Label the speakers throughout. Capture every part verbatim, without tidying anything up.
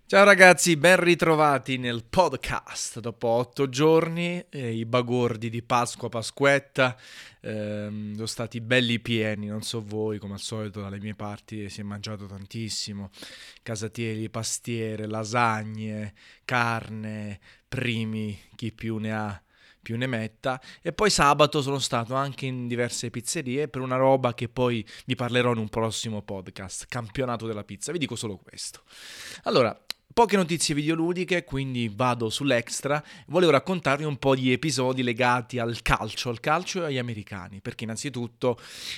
Speaker 1: Ciao ragazzi, ben ritrovati nel podcast. Dopo otto giorni, eh, i bagordi di Pasqua, Pasquetta, ehm, sono stati belli pieni, non so voi, come al solito dalle mie parti si è mangiato tantissimo. Casatieri, pastiere, lasagne, carne, primi, chi più ne ha più ne metta. E poi sabato sono stato anche in diverse pizzerie per una roba che poi vi parlerò in un prossimo podcast, campionato della pizza. Vi dico solo questo. Allora, poche notizie videoludiche, quindi vado sull'extra. Volevo raccontarvi un po' di episodi legati al calcio, al calcio e agli americani, perché innanzitutto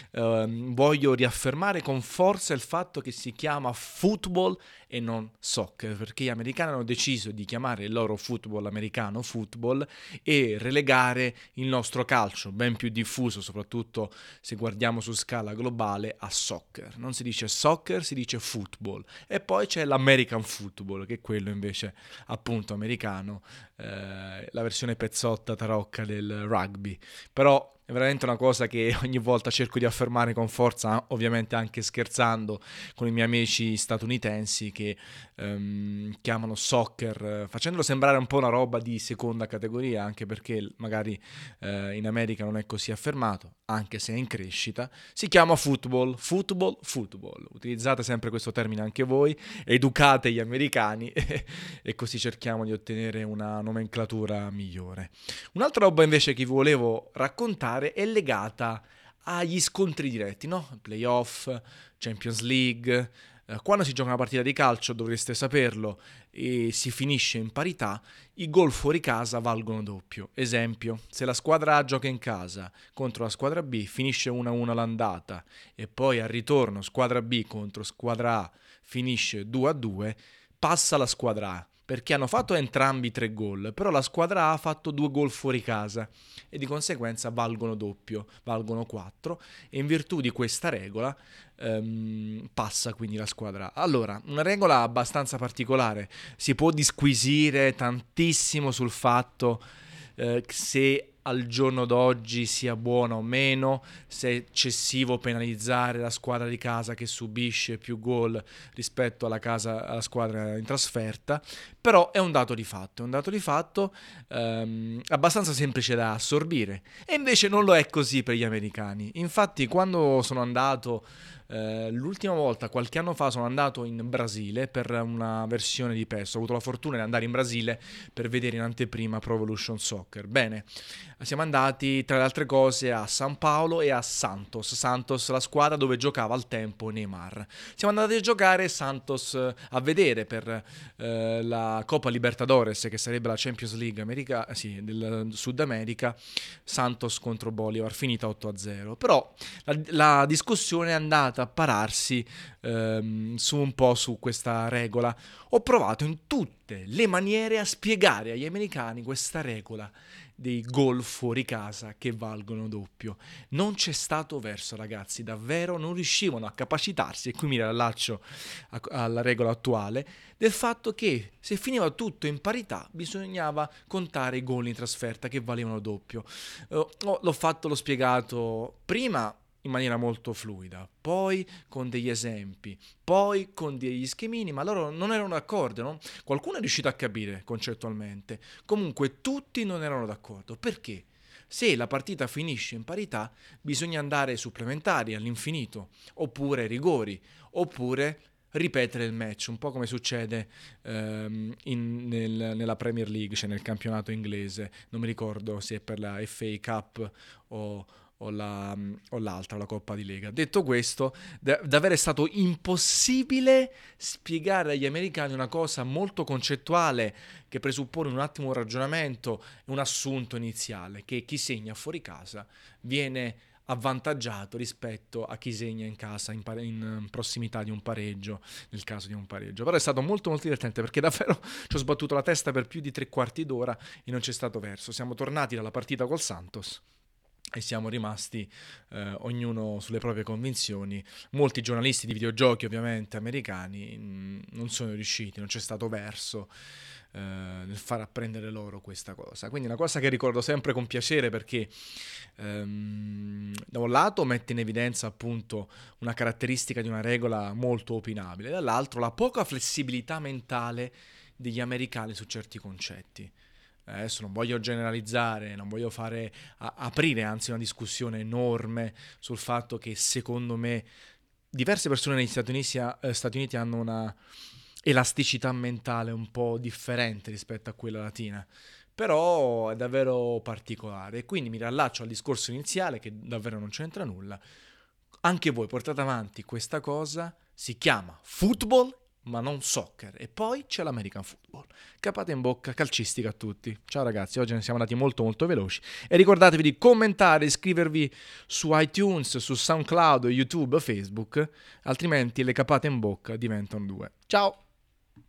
Speaker 1: ehm, voglio riaffermare con forza il fatto che si chiama football e non soccer, perché gli americani hanno deciso di chiamare il loro football americano football e relegare il nostro calcio, ben più diffuso, soprattutto se guardiamo su scala globale, a soccer. Non si dice soccer, si dice football. E poi c'è l'American Football, che è quello invece appunto americano, eh, la versione pezzotta tarocca del rugby. Però è veramente una cosa che ogni volta cerco di affermare con forza, ovviamente anche scherzando con i miei amici statunitensi che ehm, chiamano soccer, eh, facendolo sembrare un po' una roba di seconda categoria, anche perché magari eh, in America non è così affermato, anche se è in crescita. Si chiama football, football, football. Utilizzate sempre questo termine anche voi, educate gli americani e così cerchiamo di ottenere una nomenclatura migliore. Un'altra roba invece che vi volevo raccontare è legata agli scontri diretti, no? Playoff, Champions League. Eh, Quando si gioca una partita di calcio, dovreste saperlo, e si finisce in parità, i gol fuori casa valgono doppio. Esempio, se la squadra A gioca in casa contro la squadra B, finisce uno a uno l'andata e poi al ritorno squadra B contro squadra A finisce due a due, passa la squadra A perché hanno fatto entrambi tre gol, però la squadra A ha fatto due gol fuori casa e di conseguenza valgono doppio, valgono quattro, e in virtù di questa regola ehm, passa quindi la squadra A. Allora, una regola abbastanza particolare, si può disquisire tantissimo sul fatto eh, se al giorno d'oggi sia buono o meno, se è eccessivo penalizzare la squadra di casa che subisce più gol rispetto alla, casa, alla squadra in trasferta, però è un dato di fatto, è un dato di fatto ehm, abbastanza semplice da assorbire, e invece non lo è così per gli americani. Infatti quando sono andato eh, l'ultima volta, qualche anno fa, sono andato in Brasile per una versione di PES. Ho avuto la fortuna di andare in Brasile per vedere in anteprima Pro Evolution Soccer. Bene, siamo andati tra le altre cose a San Paolo e a Santos. Santos, la squadra dove giocava al tempo Neymar. Siamo andati a giocare Santos a vedere per eh, la Coppa Libertadores, che sarebbe la Champions League America, sì, del Sud America. Santos contro Bolivar, finita otto a zero. Però la, la discussione è andata a pararsi ehm, su un po' su questa regola. Ho provato in tutte le maniere a spiegare agli americani questa regola dei gol fuori casa che valgono doppio. Non c'è stato verso, ragazzi, davvero non riuscivano a capacitarsi, e qui mi riallaccio a- alla regola attuale, del fatto che se finiva tutto in parità bisognava contare i gol in trasferta che valevano doppio. Eh, oh, l'ho fatto, l'ho spiegato prima in maniera molto fluida, poi con degli esempi, poi con degli schemini, ma loro non erano d'accordo, no? Qualcuno è riuscito a capire concettualmente, comunque tutti non erano d'accordo. Perché? Se la partita finisce in parità, bisogna andare ai supplementari, all'infinito, oppure ai rigori, oppure ripetere il match, un po' come succede ehm, in- nel- nella Premier League, cioè nel campionato inglese. Non mi ricordo se è per la F A Cup o, o la- o l'altra, la Coppa di Lega. Detto questo, da- davvero è stato impossibile spiegare agli americani una cosa molto concettuale che presuppone un attimo un ragionamento e un assunto iniziale, che chi segna fuori casa viene avvantaggiato rispetto a chi segna in casa in, pare- in prossimità di un pareggio, nel caso di un pareggio. Però è stato molto molto divertente, perché davvero ci ho sbattuto la testa per più di tre quarti d'ora e non c'è stato verso. Siamo tornati dalla partita col Santos e siamo rimasti eh, ognuno sulle proprie convinzioni. Molti giornalisti di videogiochi, ovviamente americani, mh, non sono riusciti, non c'è stato verso. eh, nel far apprendere loro questa cosa. Quindi è una cosa che ricordo sempre con piacere perché ehm, da un lato mette in evidenza appunto una caratteristica di una regola molto opinabile, dall'altro la poca flessibilità mentale degli americani su certi concetti. Adesso non voglio generalizzare, non voglio fare a- aprire anzi una discussione enorme sul fatto che secondo me diverse persone negli Stati Uniti, eh, Stati Uniti hanno una elasticità mentale un po' differente rispetto a quella latina, però è davvero particolare e quindi mi riallaccio al discorso iniziale che davvero non c'entra nulla. Anche voi portate avanti questa cosa, si chiama football ma non soccer. E poi c'è l'American Football. Capate in bocca, calcistica a tutti. Ciao ragazzi, oggi ne siamo andati molto molto veloci. E ricordatevi di commentare, iscrivervi su iTunes, su SoundCloud, YouTube, Facebook, altrimenti le capate in bocca diventano due. Ciao!